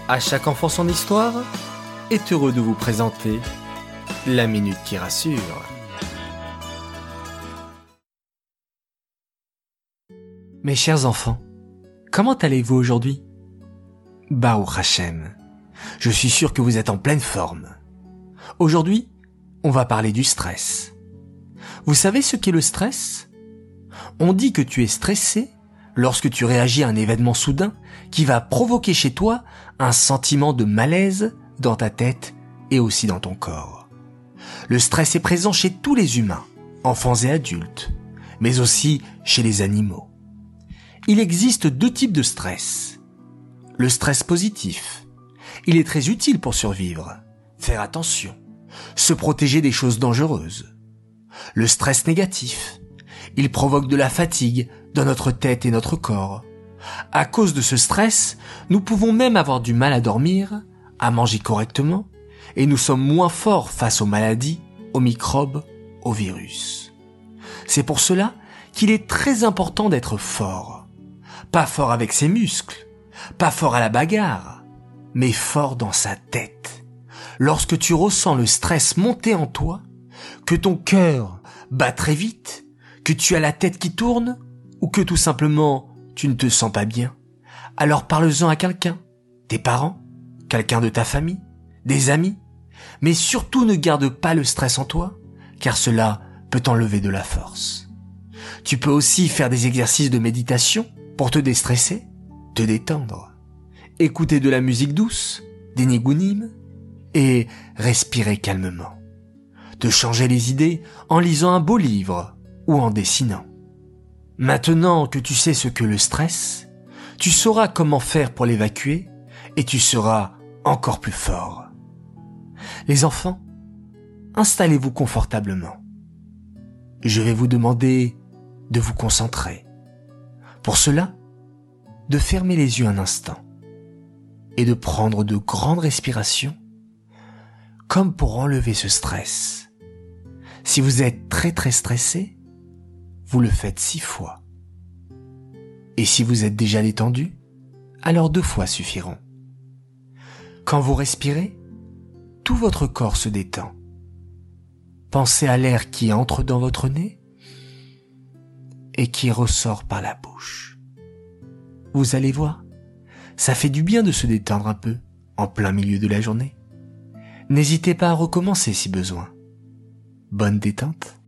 À chaque enfant son histoire est heureux de vous présenter la Minute qui rassure. Mes chers enfants, comment allez-vous aujourd'hui? Baruch Hashem, je suis sûr que vous êtes en pleine forme. Aujourd'hui, on va parler du stress. Vous savez ce qu'est le stress? On dit que tu es stressé lorsque tu réagis à un événement soudain qui va provoquer chez toi un sentiment de malaise dans ta tête et aussi dans ton corps. Le stress est présent chez tous les humains, enfants et adultes, mais aussi chez les animaux. Il existe deux types de stress. Le stress positif. Il est très utile pour survivre, faire attention, se protéger des choses dangereuses. Le stress négatif. Il provoque de la fatigue dans notre tête et notre corps. À cause de ce stress, nous pouvons même avoir du mal à dormir, à manger correctement, et nous sommes moins forts face aux maladies, aux microbes, aux virus. C'est pour cela qu'il est très important d'être fort. Pas fort avec ses muscles, pas fort à la bagarre, mais fort dans sa tête. Lorsque tu ressens le stress monter en toi, que ton cœur bat très vite, que tu as la tête qui tourne, ou que tout simplement tu ne te sens pas bien, alors parle-en à quelqu'un, tes parents, quelqu'un de ta famille, des amis, mais surtout ne garde pas le stress en toi, car cela peut t'enlever de la force. Tu peux aussi faire des exercices de méditation pour te déstresser, te détendre, écouter de la musique douce, des nigunim, et respirer calmement. Te changer les idées en lisant un beau livre ou en dessinant. Maintenant que tu sais ce que le stress, tu sauras comment faire pour l'évacuer et tu seras encore plus fort. Les enfants, installez-vous confortablement. Je vais vous demander de vous concentrer. Pour cela, de fermer les yeux un instant et de prendre de grandes respirations comme pour enlever ce stress. Si vous êtes très stressé, vous le faites 6 fois. Et si vous êtes déjà détendu, alors 2 fois suffiront. Quand vous respirez, tout votre corps se détend. Pensez à l'air qui entre dans votre nez et qui ressort par la bouche. Vous allez voir, ça fait du bien de se détendre un peu en plein milieu de la journée. N'hésitez pas à recommencer si besoin. Bonne détente.